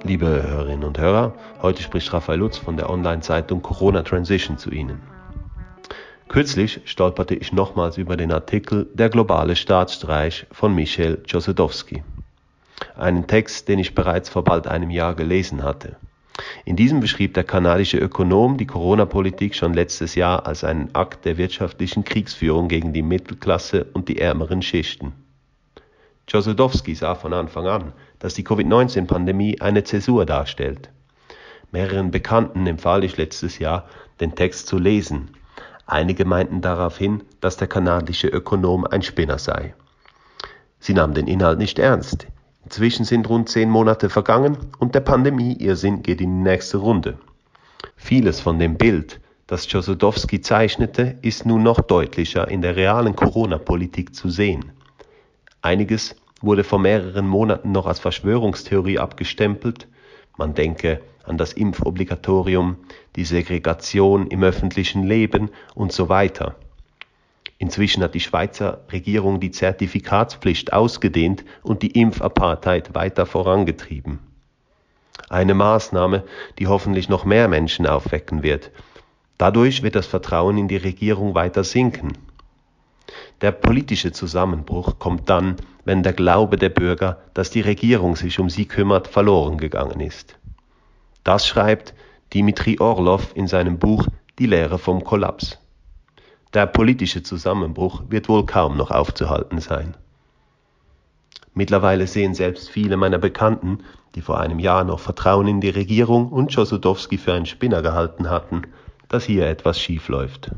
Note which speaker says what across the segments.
Speaker 1: Liebe Hörerinnen und Hörer, heute spricht Raphael Lutz von der Online-Zeitung Corona Transition zu Ihnen. Kürzlich stolperte ich nochmals über den Artikel Der globale Staatsstreich von Michel Chossudovsky. Einen Text, den ich bereits vor bald einem Jahr gelesen hatte. In diesem beschrieb der kanadische Ökonom die Corona-Politik schon letztes Jahr als einen Akt der wirtschaftlichen Kriegsführung gegen die Mittelklasse und die ärmeren Schichten. Chossudovsky sah von Anfang an, dass die Covid-19-Pandemie eine Zäsur darstellt. Mehreren Bekannten empfahl ich letztes Jahr, den Text zu lesen. Einige meinten daraufhin, dass der kanadische Ökonom ein Spinner sei. Sie nahmen den Inhalt nicht ernst. Inzwischen sind rund 10 Monate vergangen und der Pandemie-Irrsinn geht in die nächste Runde. Vieles von dem Bild, das Chossudovsky zeichnete, ist nun noch deutlicher in der realen Corona-Politik zu sehen. Einiges wurde vor mehreren Monaten noch als Verschwörungstheorie abgestempelt. Man denke an das Impfobligatorium, die Segregation im öffentlichen Leben und so weiter. Inzwischen hat die Schweizer Regierung die Zertifikatspflicht ausgedehnt und die Impfapartheid weiter vorangetrieben. Eine Maßnahme, die hoffentlich noch mehr Menschen aufwecken wird. Dadurch wird das Vertrauen in die Regierung weiter sinken. Der politische Zusammenbruch kommt dann, wenn der Glaube der Bürger, dass die Regierung sich um sie kümmert, verloren gegangen ist. Das schreibt Dmitri Orlov in seinem Buch Die Lehre vom Kollaps. Der politische Zusammenbruch wird wohl kaum noch aufzuhalten sein. Mittlerweile sehen selbst viele meiner Bekannten, die vor einem Jahr noch Vertrauen in die Regierung und Chossudovsky für einen Spinner gehalten hatten, dass hier etwas schief läuft.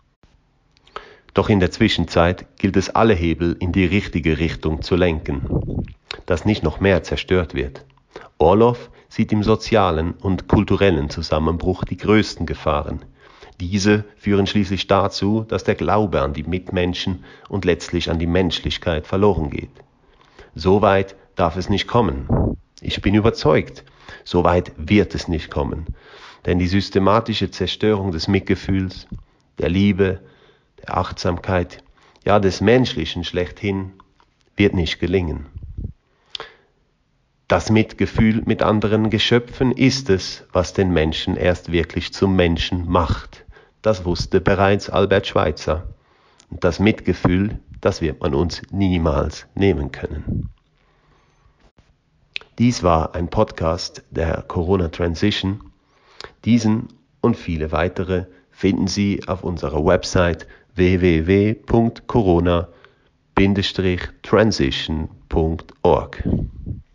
Speaker 1: Doch in der Zwischenzeit gilt es, alle Hebel in die richtige Richtung zu lenken, dass nicht noch mehr zerstört wird. Orlov sieht im sozialen und kulturellen Zusammenbruch die größten Gefahren. Diese führen schließlich dazu, dass der Glaube an die Mitmenschen und letztlich an die Menschlichkeit verloren geht. So weit darf es nicht kommen. Ich bin überzeugt, so weit wird es nicht kommen. Denn die systematische Zerstörung des Mitgefühls, der Liebe, der Achtsamkeit, ja des Menschlichen schlechthin, wird nicht gelingen. Das Mitgefühl mit anderen Geschöpfen ist es, was den Menschen erst wirklich zum Menschen macht. Das wusste bereits Albert Schweitzer. Und das Mitgefühl, das wird man uns niemals nehmen können. Dies war ein Podcast der Corona Transition. Diesen und viele weitere finden Sie auf unserer Website www.corona-transition.org.